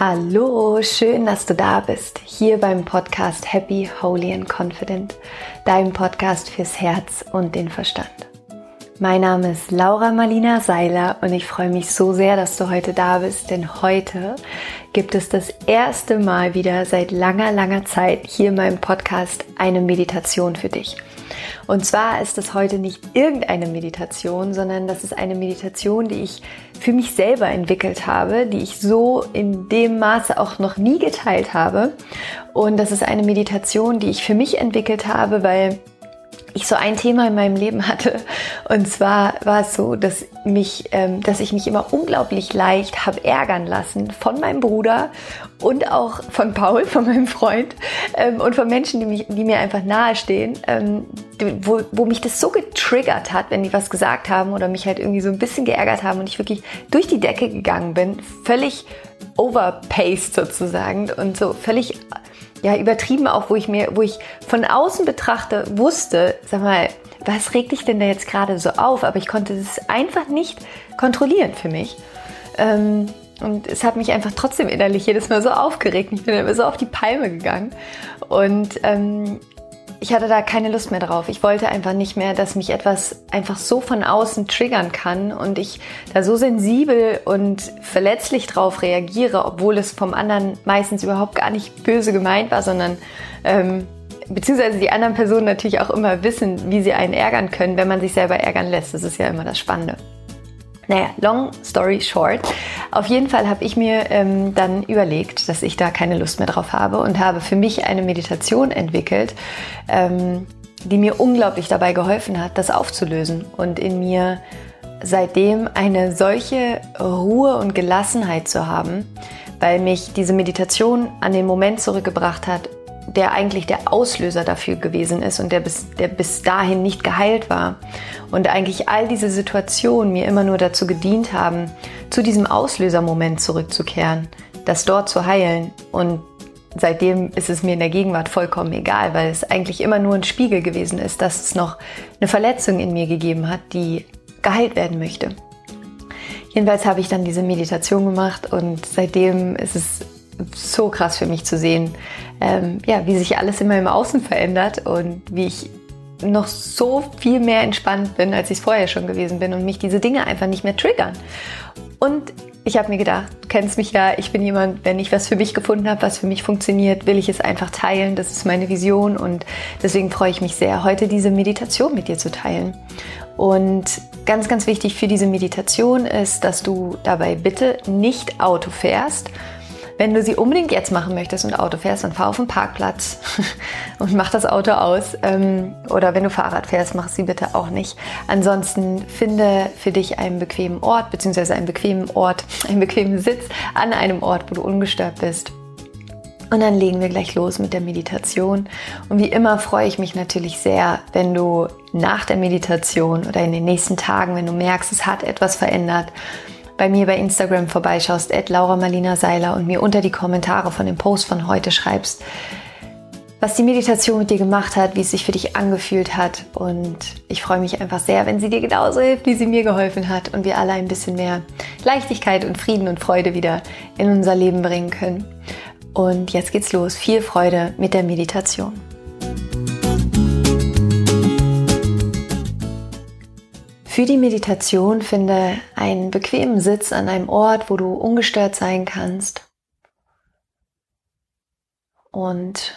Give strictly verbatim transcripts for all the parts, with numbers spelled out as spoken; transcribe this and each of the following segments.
Hallo, schön, dass du da bist, hier beim Podcast Happy, Holy and Confident, deinem Podcast fürs Herz und den Verstand. Mein Name ist Laura Marlina Seiler und ich freue mich so sehr, dass du heute da bist, denn heute gibt es das erste Mal wieder seit langer, langer Zeit hier in meinem Podcast eine Meditation für dich. Und zwar ist es heute nicht irgendeine Meditation, sondern das ist eine Meditation, die ich für mich selber entwickelt habe, die ich so in dem Maße auch noch nie geteilt habe. Und das ist eine Meditation, die ich für mich entwickelt habe, weil ich so ein Thema in meinem Leben hatte. Und zwar war es so, dass mich, ähm, dass ich mich immer unglaublich leicht habe ärgern lassen von meinem Bruder und auch von Paul, von meinem Freund ähm, und von Menschen, die, mich, die mir einfach nahestehen, ähm, wo, wo mich das so getriggert hat, wenn die was gesagt haben oder mich halt irgendwie so ein bisschen geärgert haben und ich wirklich durch die Decke gegangen bin, völlig overpaced sozusagen und so völlig ja, übertrieben auch, wo ich mir, wo ich von außen betrachte, wusste, sag mal, was regt dich denn da jetzt gerade so auf? Aber ich konnte das einfach nicht kontrollieren für mich. Ähm, und es hat mich einfach trotzdem innerlich jedes Mal so aufgeregt. Ich bin immer so auf die Palme gegangen. Und ähm, ich hatte da keine Lust mehr drauf. Ich wollte einfach nicht mehr, dass mich etwas einfach so von außen triggern kann und ich da so sensibel und verletzlich drauf reagiere, obwohl es vom anderen meistens überhaupt gar nicht böse gemeint war, sondern ähm, beziehungsweise die anderen Personen natürlich auch immer wissen, wie sie einen ärgern können, wenn man sich selber ärgern lässt. Das ist ja immer das Spannende. Naja, long story short. Auf jeden Fall habe ich mir ähm, dann überlegt, dass ich da keine Lust mehr drauf habe und habe für mich eine Meditation entwickelt, ähm, die mir unglaublich dabei geholfen hat, das aufzulösen und in mir seitdem eine solche Ruhe und Gelassenheit zu haben, weil mich diese Meditation an den Moment zurückgebracht hat, der eigentlich der Auslöser dafür gewesen ist und der bis, der bis dahin nicht geheilt war. Und eigentlich all diese Situationen mir immer nur dazu gedient haben, zu diesem Auslösermoment zurückzukehren, das dort zu heilen. Und seitdem ist es mir in der Gegenwart vollkommen egal, weil es eigentlich immer nur ein Spiegel gewesen ist, dass es noch eine Verletzung in mir gegeben hat, die geheilt werden möchte. Jedenfalls habe ich dann diese Meditation gemacht und seitdem ist es so krass für mich zu sehen, ähm, ja, wie sich alles in meinem Außen verändert und wie ich noch so viel mehr entspannt bin, als ich es vorher schon gewesen bin und mich diese Dinge einfach nicht mehr triggern. Und ich habe mir gedacht, du kennst mich ja, ich bin jemand, wenn ich was für mich gefunden habe, was für mich funktioniert, will ich es einfach teilen. Das ist meine Vision und deswegen freue ich mich sehr, heute diese Meditation mit dir zu teilen. Und ganz, ganz wichtig für diese Meditation ist, dass du dabei bitte nicht Auto fährst. Wenn du sie unbedingt jetzt machen möchtest und Auto fährst, dann fahr auf den Parkplatz und mach das Auto aus. Oder wenn du Fahrrad fährst, mach sie bitte auch nicht. Ansonsten finde für dich einen bequemen Ort, beziehungsweise einen bequemen Ort, einen bequemen Sitz an einem Ort, wo du ungestört bist. Und dann legen wir gleich los mit der Meditation. Und wie immer freue ich mich natürlich sehr, wenn du nach der Meditation oder in den nächsten Tagen, wenn du merkst, es hat etwas verändert, bei mir bei Instagram vorbeischaust, at Laura Marlina Seiler und mir unter die Kommentare von dem Post von heute schreibst, was die Meditation mit dir gemacht hat, wie es sich für dich angefühlt hat. Und ich freue mich einfach sehr, wenn sie dir genauso hilft, wie sie mir geholfen hat und wir alle ein bisschen mehr Leichtigkeit und Frieden und Freude wieder in unser Leben bringen können. Und jetzt geht's los. Viel Freude mit der Meditation. Für die Meditation finde einen bequemen Sitz an einem Ort, wo du ungestört sein kannst. Und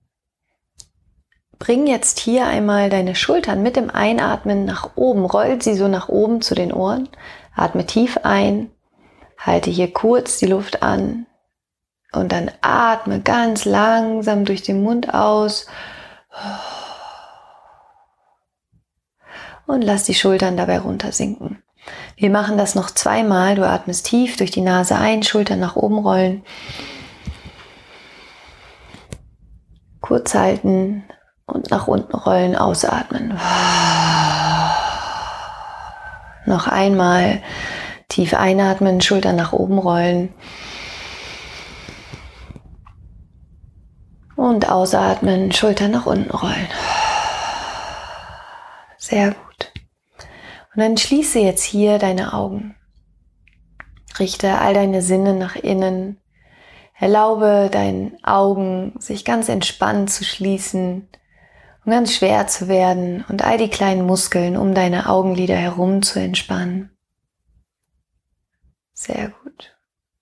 bring jetzt hier einmal deine Schultern mit dem Einatmen nach oben. Roll sie so nach oben zu den Ohren. Atme tief ein. Halte hier kurz die Luft an. Und dann atme ganz langsam durch den Mund aus. Und lass die Schultern dabei runtersinken. Wir machen das noch zweimal. Du atmest tief durch die Nase ein, Schultern nach oben rollen. Kurz halten und nach unten rollen, ausatmen. Noch einmal tief einatmen, Schultern nach oben rollen. Und ausatmen, Schultern nach unten rollen. Sehr gut. Und dann schließe jetzt hier deine Augen. Richte all deine Sinne nach innen. Erlaube deinen Augen, sich ganz entspannt zu schließen und ganz schwer zu werden und all die kleinen Muskeln um deine Augenlider herum zu entspannen. Sehr gut.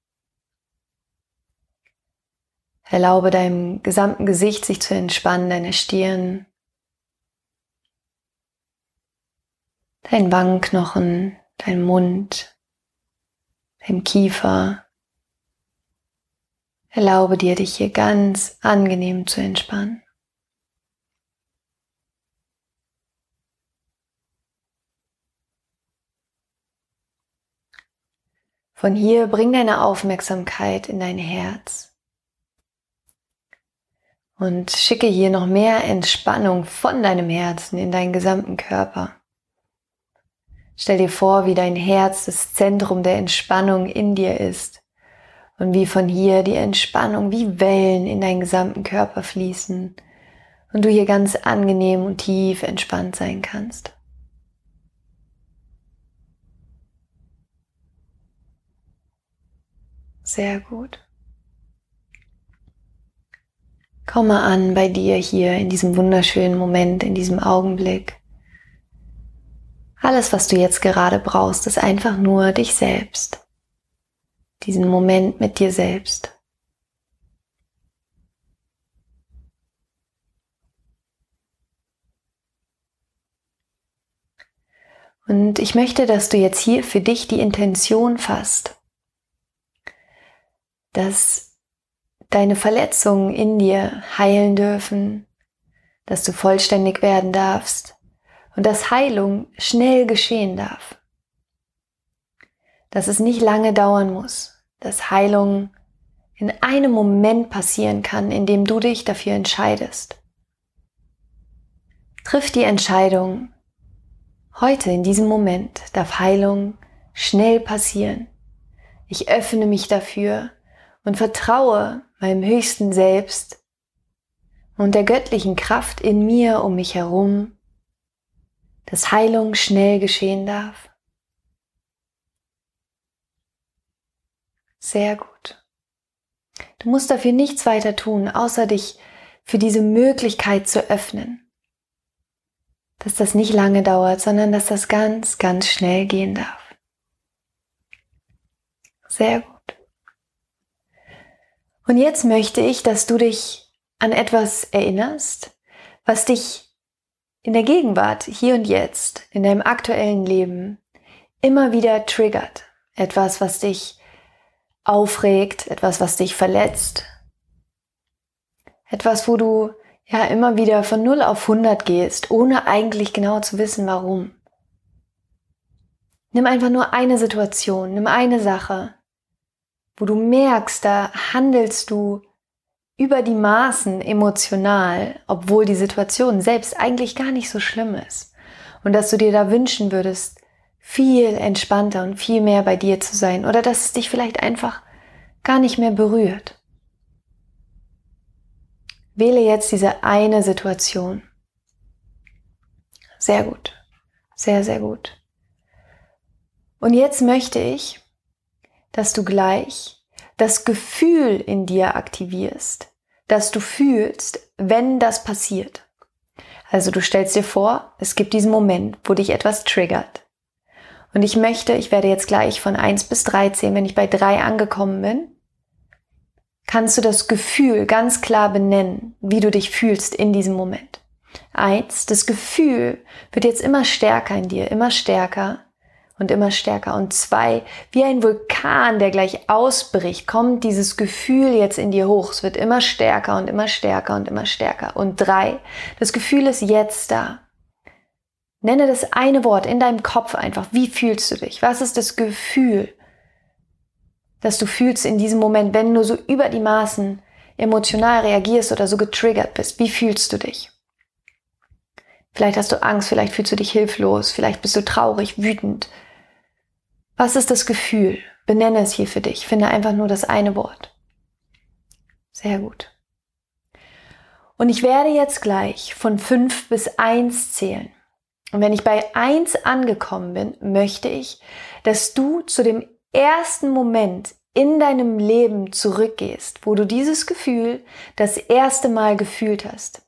Erlaube deinem gesamten Gesicht sich zu entspannen, deine Stirn, dein Wangenknochen, dein Mund, dein Kiefer. Erlaube dir, dich hier ganz angenehm zu entspannen. Von hier bring deine Aufmerksamkeit in dein Herz und schicke hier noch mehr Entspannung von deinem Herzen in deinen gesamten Körper. Stell dir vor, wie dein Herz das Zentrum der Entspannung in dir ist und wie von hier die Entspannung wie Wellen in deinen gesamten Körper fließen und du hier ganz angenehm und tief entspannt sein kannst. Sehr gut. Komm mal an bei dir hier in diesem wunderschönen Moment, in diesem Augenblick. Alles, was du jetzt gerade brauchst, ist einfach nur dich selbst. Diesen Moment mit dir selbst. Und ich möchte, dass du jetzt hier für dich die Intention fasst, dass deine Verletzungen in dir heilen dürfen, dass du vollständig werden darfst und dass Heilung schnell geschehen darf. Dass es nicht lange dauern muss, dass Heilung in einem Moment passieren kann, in dem du dich dafür entscheidest. Triff die Entscheidung, heute in diesem Moment darf Heilung schnell passieren. Ich öffne mich dafür und vertraue meinem höchsten Selbst und der göttlichen Kraft in mir um mich herum, dass Heilung schnell geschehen darf. Sehr gut. Du musst dafür nichts weiter tun, außer dich für diese Möglichkeit zu öffnen. Dass das nicht lange dauert, sondern dass das ganz, ganz schnell gehen darf. Sehr gut. Und jetzt möchte ich, dass du dich an etwas erinnerst, was dich in der Gegenwart, hier und jetzt, in deinem aktuellen Leben immer wieder triggert. Etwas, was dich aufregt, etwas, was dich verletzt. Etwas, wo du ja immer wieder von null auf hundert gehst, ohne eigentlich genau zu wissen, warum. Nimm einfach nur eine Situation, nimm eine Sache, wo du merkst, da handelst du über die Maßen emotional, obwohl die Situation selbst eigentlich gar nicht so schlimm ist. Und dass du dir da wünschen würdest, viel entspannter und viel mehr bei dir zu sein oder dass es dich vielleicht einfach gar nicht mehr berührt. Wähle jetzt diese eine Situation. Sehr gut. Sehr, sehr gut. Und jetzt möchte ich, dass du gleich das Gefühl in dir aktivierst, das du fühlst, wenn das passiert. Also du stellst dir vor, es gibt diesen Moment, wo dich etwas triggert. Und ich möchte, ich werde jetzt gleich von eins bis drei zählen, wenn ich bei drei angekommen bin, kannst du das Gefühl ganz klar benennen, wie du dich fühlst in diesem Moment. Eins, das Gefühl wird jetzt immer stärker in dir, immer stärker und immer stärker. Und zwei, wie ein Vulkan, der gleich ausbricht, kommt dieses Gefühl jetzt in dir hoch. Es wird immer stärker und immer stärker und immer stärker. Und drei, das Gefühl ist jetzt da. Nenne das eine Wort in deinem Kopf einfach. Wie fühlst du dich? Was ist das Gefühl, das du fühlst in diesem Moment, wenn du so über die Maßen emotional reagierst oder so getriggert bist? Wie fühlst du dich? Vielleicht hast du Angst, vielleicht fühlst du dich hilflos, vielleicht bist du traurig, wütend. Was ist das Gefühl? Benenne es hier für dich. Finde einfach nur das eine Wort. Sehr gut. Und ich werde jetzt gleich von fünf bis eins zählen. Und wenn ich bei eins angekommen bin, möchte ich, dass du zu dem ersten Moment in deinem Leben zurückgehst, wo du dieses Gefühl das erste Mal gefühlt hast.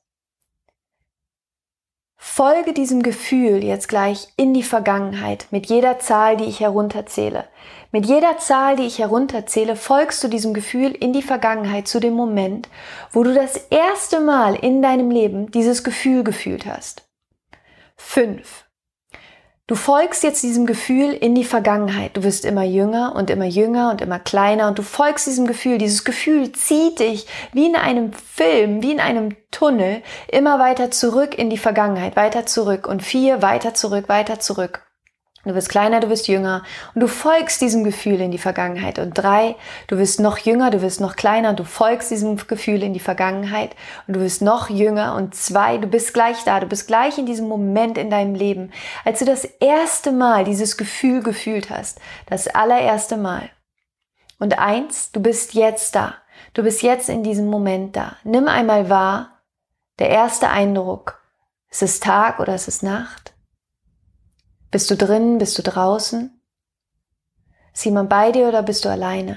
Folge diesem Gefühl jetzt gleich in die Vergangenheit mit jeder Zahl, die ich herunterzähle. Mit jeder Zahl, die ich herunterzähle, folgst du diesem Gefühl in die Vergangenheit zu dem Moment, wo du das erste Mal in deinem Leben dieses Gefühl gefühlt hast. Fünf. Du folgst jetzt diesem Gefühl in die Vergangenheit. Du wirst immer jünger und immer jünger und immer kleiner und du folgst diesem Gefühl. Dieses Gefühl zieht dich wie in einem Film, wie in einem Tunnel immer weiter zurück in die Vergangenheit, weiter zurück und vier, weiter zurück, weiter zurück. Du wirst kleiner, du wirst jünger und du folgst diesem Gefühl in die Vergangenheit. Und drei, du wirst noch jünger, du wirst noch kleiner und du folgst diesem Gefühl in die Vergangenheit und du wirst noch jünger. Und zwei, du bist gleich da, du bist gleich in diesem Moment in deinem Leben, als du das erste Mal dieses Gefühl gefühlt hast, das allererste Mal. Und eins, du bist jetzt da, du bist jetzt in diesem Moment da. Nimm einmal wahr, der erste Eindruck, ist es Tag oder ist es Nacht? Bist du drin, bist du draußen? Ist jemand bei dir oder bist du alleine?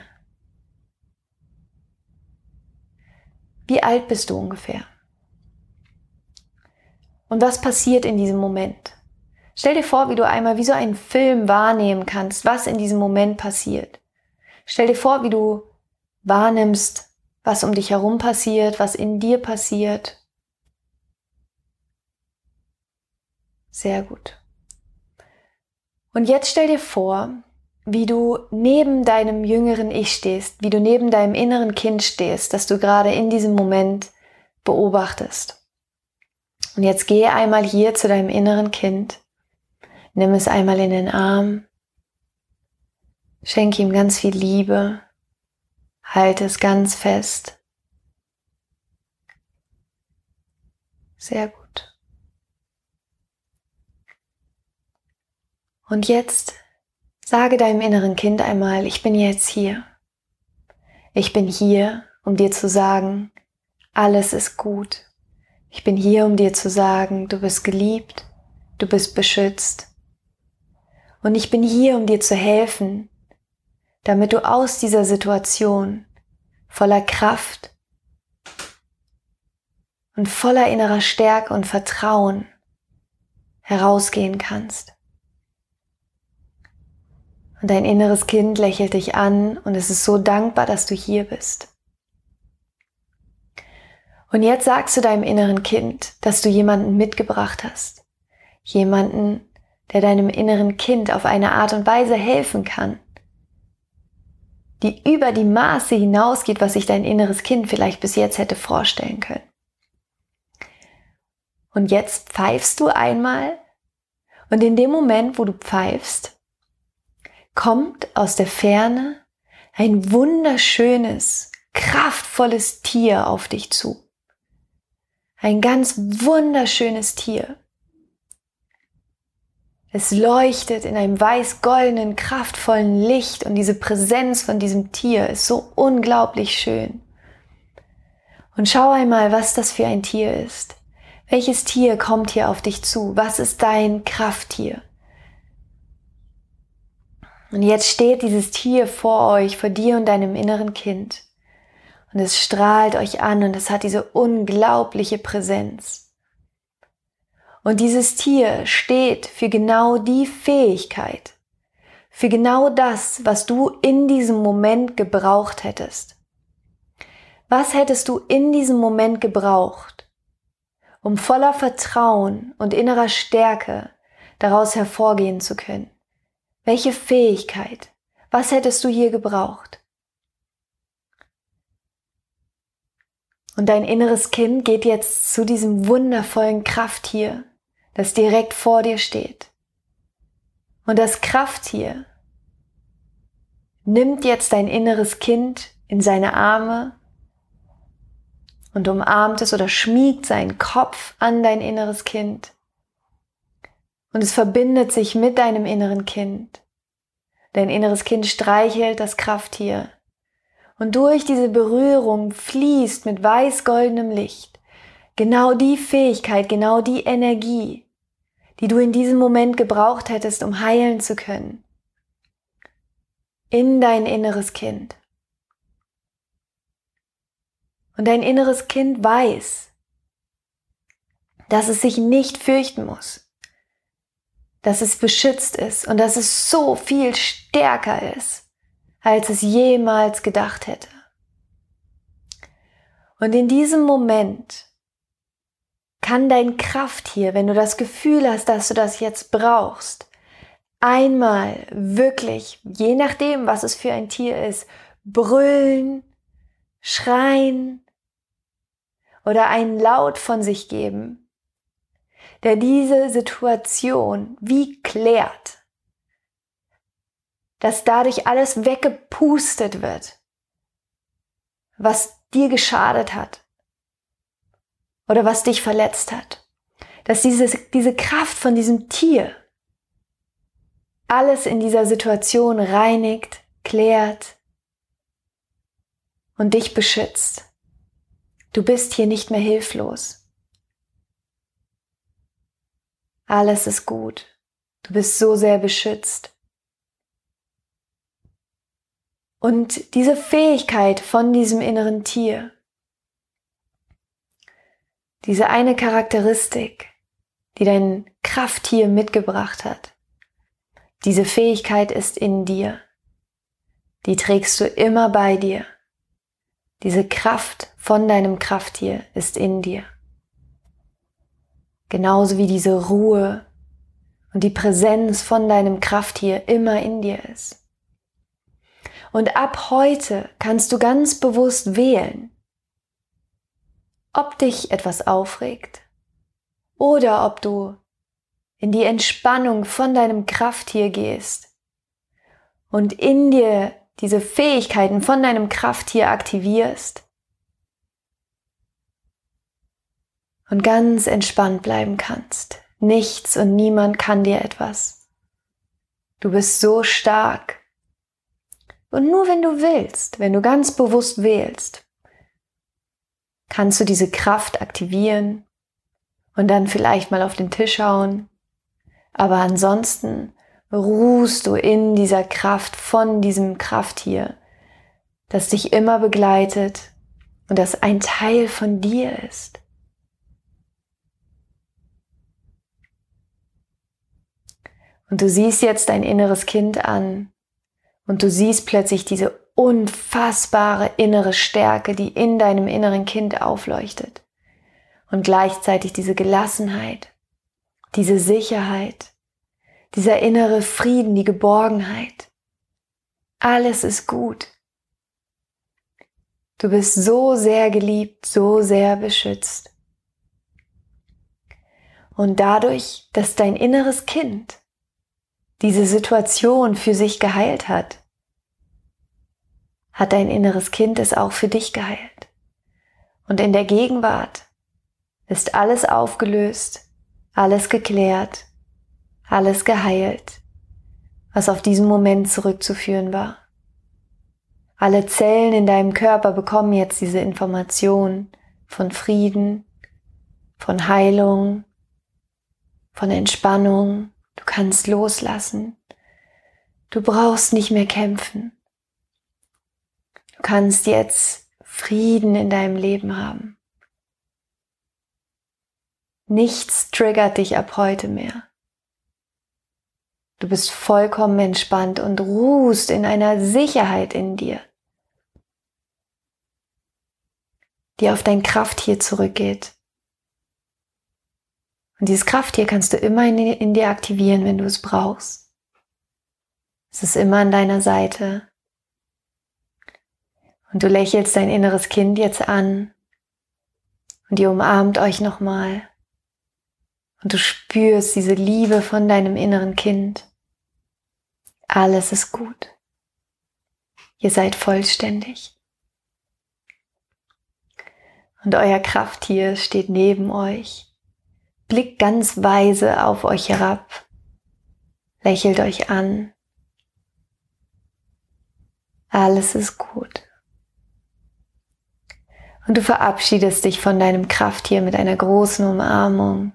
Wie alt bist du ungefähr? Und was passiert in diesem Moment? Stell dir vor, wie du einmal wie so einen Film wahrnehmen kannst, was in diesem Moment passiert. Stell dir vor, wie du wahrnimmst, was um dich herum passiert, was in dir passiert. Sehr gut. Und jetzt stell dir vor, wie du neben deinem jüngeren Ich stehst, wie du neben deinem inneren Kind stehst, das du gerade in diesem Moment beobachtest. Und jetzt geh einmal hier zu deinem inneren Kind, nimm es einmal in den Arm, schenke ihm ganz viel Liebe, halte es ganz fest. Sehr gut. Und jetzt sage deinem inneren Kind einmal, ich bin jetzt hier. Ich bin hier, um dir zu sagen, alles ist gut. Ich bin hier, um dir zu sagen, du bist geliebt, du bist beschützt. Und ich bin hier, um dir zu helfen, damit du aus dieser Situation voller Kraft und voller innerer Stärke und Vertrauen herausgehen kannst. Und dein inneres Kind lächelt dich an und es ist so dankbar, dass du hier bist. Und jetzt sagst du deinem inneren Kind, dass du jemanden mitgebracht hast. Jemanden, der deinem inneren Kind auf eine Art und Weise helfen kann, die über die Maße hinausgeht, was sich dein inneres Kind vielleicht bis jetzt hätte vorstellen können. Und jetzt pfeifst du einmal und in dem Moment, wo du pfeifst, kommt aus der Ferne ein wunderschönes, kraftvolles Tier auf dich zu. Ein ganz wunderschönes Tier. Es leuchtet in einem weiß-goldenen, kraftvollen Licht und diese Präsenz von diesem Tier ist so unglaublich schön. Und schau einmal, was das für ein Tier ist. Welches Tier kommt hier auf dich zu? Was ist dein Krafttier? Und jetzt steht dieses Tier vor euch, vor dir und deinem inneren Kind. Und es strahlt euch an und es hat diese unglaubliche Präsenz. Und dieses Tier steht für genau die Fähigkeit, für genau das, was du in diesem Moment gebraucht hättest. Was hättest du in diesem Moment gebraucht, um voller Vertrauen und innerer Stärke daraus hervorgehen zu können? Welche Fähigkeit? Was hättest du hier gebraucht? Und dein inneres Kind geht jetzt zu diesem wundervollen Krafttier, das direkt vor dir steht. Und das Krafttier nimmt jetzt dein inneres Kind in seine Arme und umarmt es oder schmiegt seinen Kopf an dein inneres Kind. Und es verbindet sich mit deinem inneren Kind. Dein inneres Kind streichelt das Krafttier. Und durch diese Berührung fließt mit weiß-goldenem Licht genau die Fähigkeit, genau die Energie, die du in diesem Moment gebraucht hättest, um heilen zu können. in dein inneres Kind. Und dein inneres Kind weiß, dass es sich nicht fürchten muss, dass es beschützt ist und dass es so viel stärker ist, als es jemals gedacht hätte. Und in diesem Moment kann dein Krafttier, wenn du das Gefühl hast, dass du das jetzt brauchst, einmal wirklich, je nachdem, was es für ein Tier ist, brüllen, schreien oder einen Laut von sich geben, der diese Situation wie klärt, dass dadurch alles weggepustet wird, was dir geschadet hat oder was dich verletzt hat. Dass diese, diese Kraft von diesem Tier alles in dieser Situation reinigt, klärt und dich beschützt. Du bist hier nicht mehr hilflos. Alles ist gut. Du bist so sehr beschützt. Und diese Fähigkeit von diesem inneren Tier, diese eine Charakteristik, die dein Krafttier mitgebracht hat, diese Fähigkeit ist in dir. Die trägst du immer bei dir. Diese Kraft von deinem Krafttier ist in dir. Genauso wie diese Ruhe und die Präsenz von deinem Krafttier immer in dir ist. Und ab heute kannst du ganz bewusst wählen, ob dich etwas aufregt oder ob du in die Entspannung von deinem Krafttier gehst und in dir diese Fähigkeiten von deinem Krafttier aktivierst und ganz entspannt bleiben kannst. Nichts und niemand kann dir etwas. Du bist so stark. Und nur wenn du willst, wenn du ganz bewusst wählst, kannst du diese Kraft aktivieren und dann vielleicht mal auf den Tisch hauen. Aber ansonsten ruhst du in dieser Kraft von diesem Krafttier, das dich immer begleitet und das ein Teil von dir ist. Und du siehst jetzt dein inneres Kind an und du siehst plötzlich diese unfassbare innere Stärke, die in deinem inneren Kind aufleuchtet. Und gleichzeitig diese Gelassenheit, diese Sicherheit, dieser innere Frieden, die Geborgenheit. Alles ist gut. Du bist so sehr geliebt, so sehr beschützt. Und dadurch, dass dein inneres Kind diese Situation für sich geheilt hat, hat dein inneres Kind es auch für dich geheilt. Und in der Gegenwart ist alles aufgelöst, alles geklärt, alles geheilt, was auf diesen Moment zurückzuführen war. Alle Zellen in deinem Körper bekommen jetzt diese Information von Frieden, von Heilung, von Entspannung. Du kannst loslassen. Du brauchst nicht mehr kämpfen. Du kannst jetzt Frieden in deinem Leben haben. Nichts triggert dich ab heute mehr. Du bist vollkommen entspannt und ruhst in einer Sicherheit in dir, die auf dein Krafttier zurückgeht. Und dieses Krafttier kannst du immer in, in dir aktivieren, wenn du es brauchst. Es ist immer an deiner Seite. Und du lächelst dein inneres Kind jetzt an und ihr umarmt euch nochmal. Und du spürst diese Liebe von deinem inneren Kind. Alles ist gut. Ihr seid vollständig. Und euer Krafttier steht neben euch, blickt ganz weise auf euch herab, lächelt euch an. Alles ist gut. Und du verabschiedest dich von deinem Krafttier mit einer großen Umarmung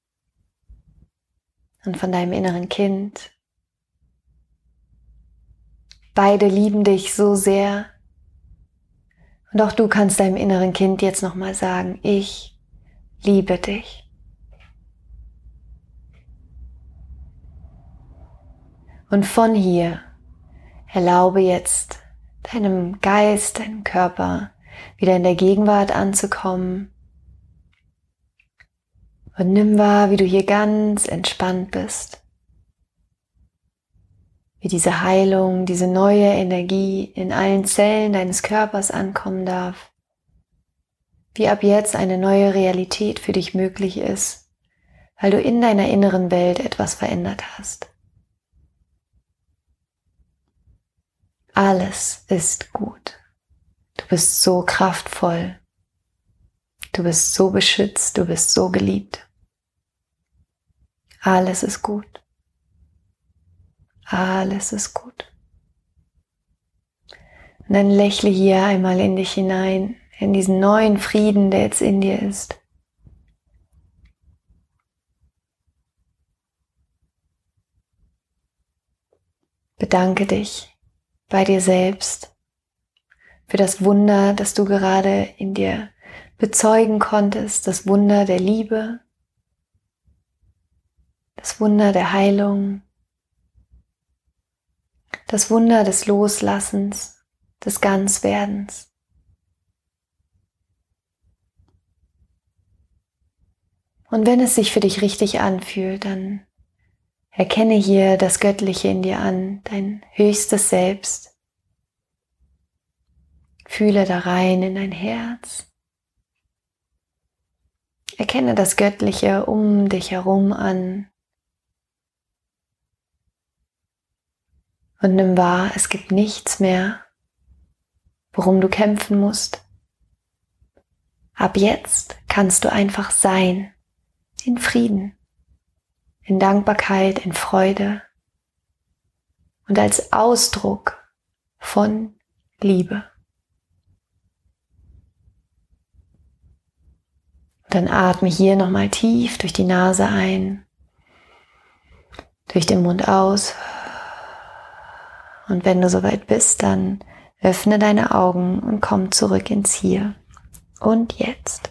und von deinem inneren Kind. Beide lieben dich so sehr. Und auch du kannst deinem inneren Kind jetzt nochmal sagen, ich liebe dich. Und von hier erlaube jetzt deinem Geist, deinem Körper wieder in der Gegenwart anzukommen. Und nimm wahr, wie du hier ganz entspannt bist. Wie diese Heilung, diese neue Energie in allen Zellen deines Körpers ankommen darf. Wie ab jetzt eine neue Realität für dich möglich ist, weil du in deiner inneren Welt etwas verändert hast. Alles ist gut. Du bist so kraftvoll. Du bist so beschützt, du bist so geliebt. Alles ist gut. Alles ist gut. Und dann lächle hier einmal in dich hinein, in diesen neuen Frieden, der jetzt in dir ist. Bedanke dich bei dir selbst für das Wunder, das du gerade in dir bezeugen konntest, das Wunder der Liebe, das Wunder der Heilung, das Wunder des Loslassens, des Ganzwerdens. Und wenn es sich für dich richtig anfühlt, dann erkenne hier das Göttliche in dir an, dein höchstes Selbst. Fühle da rein in dein Herz. Erkenne das Göttliche um dich herum an. Und nimm wahr, es gibt nichts mehr, worum du kämpfen musst. Ab jetzt kannst du einfach sein, in Frieden, in Dankbarkeit, in Freude und als Ausdruck von Liebe. Und dann atme hier nochmal tief durch die Nase ein, durch den Mund aus. Und wenn du soweit bist, dann öffne deine Augen und komm zurück ins Hier und Jetzt.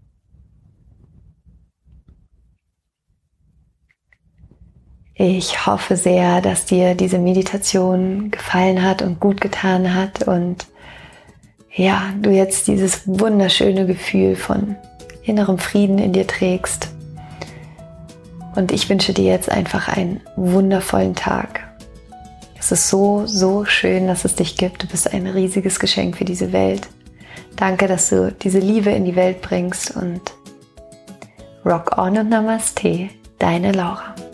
Ich hoffe sehr, dass dir diese Meditation gefallen hat und gut getan hat und ja, du jetzt dieses wunderschöne Gefühl von innerem Frieden in dir trägst. Und ich wünsche dir jetzt einfach einen wundervollen Tag. Es ist so, so schön, dass es dich gibt. Du bist ein riesiges Geschenk für diese Welt. Danke, dass du diese Liebe in die Welt bringst und Rock on und Namaste, deine Laura.